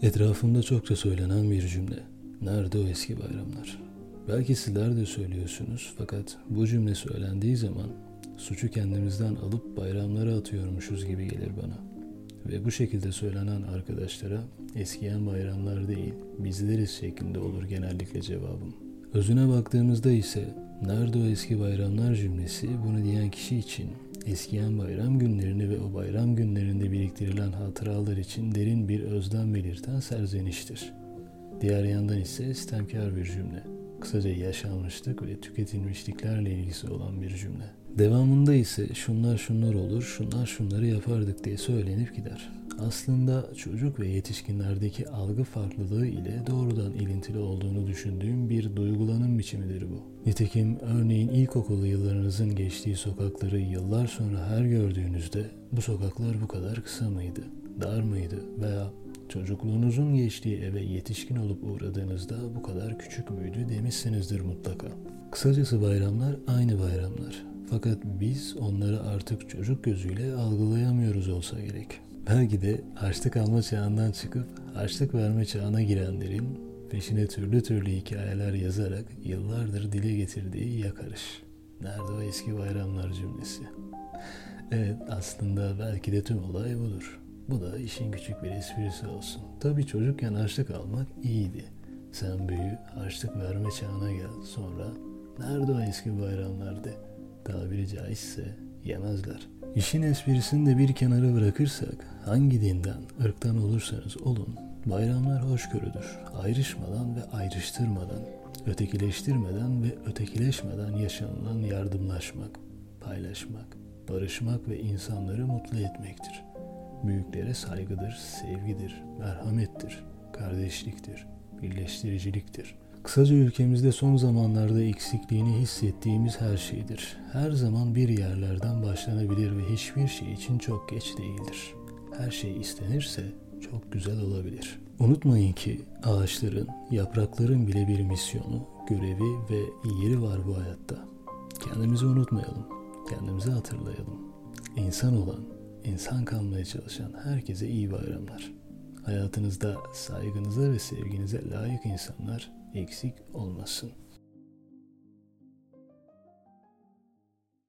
Etrafımda çokça söylenen bir cümle. Nerede o eski bayramlar? Belki sizler de söylüyorsunuz fakat bu cümle söylendiği zaman suçu kendimizden alıp bayramlara atıyormuşuz gibi gelir bana. Ve bu şekilde söylenen arkadaşlara eskiyen bayramlar değil, bizleriz şeklinde olur genellikle cevabım. Özüne baktığımızda ise nerede o eski bayramlar cümlesi bunu diyen kişi için eskiyen bayram günlerini ve o bayram günlerinde biriktirilen hatıralar için derin bir özlem belirten serzeniştir. Diğer yandan ise istemkar bir cümle. Kısaca yaşanmışlık ve tüketilmişliklerle ilgisi olan bir cümle. Devamında ise şunlar olur, şunları yapardık diye söylenip gider. Aslında çocuk ve yetişkinlerdeki algı farklılığı ile doğrudan ilintili olduğunu düşündüğüm bir duygulanım biçimidir bu. Nitekim örneğin ilkokul yıllarınızın geçtiği sokakları yıllar sonra her gördüğünüzde bu sokaklar bu kadar kısa mıydı, dar mıydı veya çocukluğunuzun geçtiği eve yetişkin olup uğradığınızda bu kadar küçük müydü demişsinizdir mutlaka. Kısacası bayramlar aynı bayramlar. Fakat biz onları artık çocuk gözüyle algılayamıyoruz olsa gerek. Belki de harçlık alma çağından çıkıp harçlık verme çağına girenlerin peşine türlü hikayeler yazarak yıllardır dile getirdiği yakarış. Nerede o eski bayramlar cümlesi? Evet, aslında belki de tüm olay budur. Bu da işin küçük bir esprisi olsun. Tabii çocukken harçlık almak iyiydi. Sen büyü, harçlık verme çağına gel. Sonra nerede o eski bayramlar de? Tabiri caizse yemezler. İşin esprisini de bir kenara bırakırsak, hangi dinden, ırktan olursanız olun, bayramlar hoşgörüdür. Ayrışmadan ve ayrıştırmadan, ötekileştirmeden ve ötekileşmeden yaşanılan yardımlaşmak, paylaşmak, barışmak ve insanları mutlu etmektir. Büyüklere saygıdır, sevgidir, merhamettir, kardeşliktir, birleştiriciliktir. Kısaca ülkemizde son zamanlarda eksikliğini hissettiğimiz her şeydir. Her zaman bir yerlerden başlanabilir ve hiçbir şey için çok geç değildir. Her şey istenirse çok güzel olabilir. Unutmayın ki ağaçların, yaprakların bile bir misyonu, görevi ve yeri var bu hayatta. Kendimizi unutmayalım, kendimizi hatırlayalım. İnsan olan, İnsan kalmaya çalışan herkese iyi bayramlar. Hayatınızda saygınıza ve sevginize layık insanlar eksik olmasın.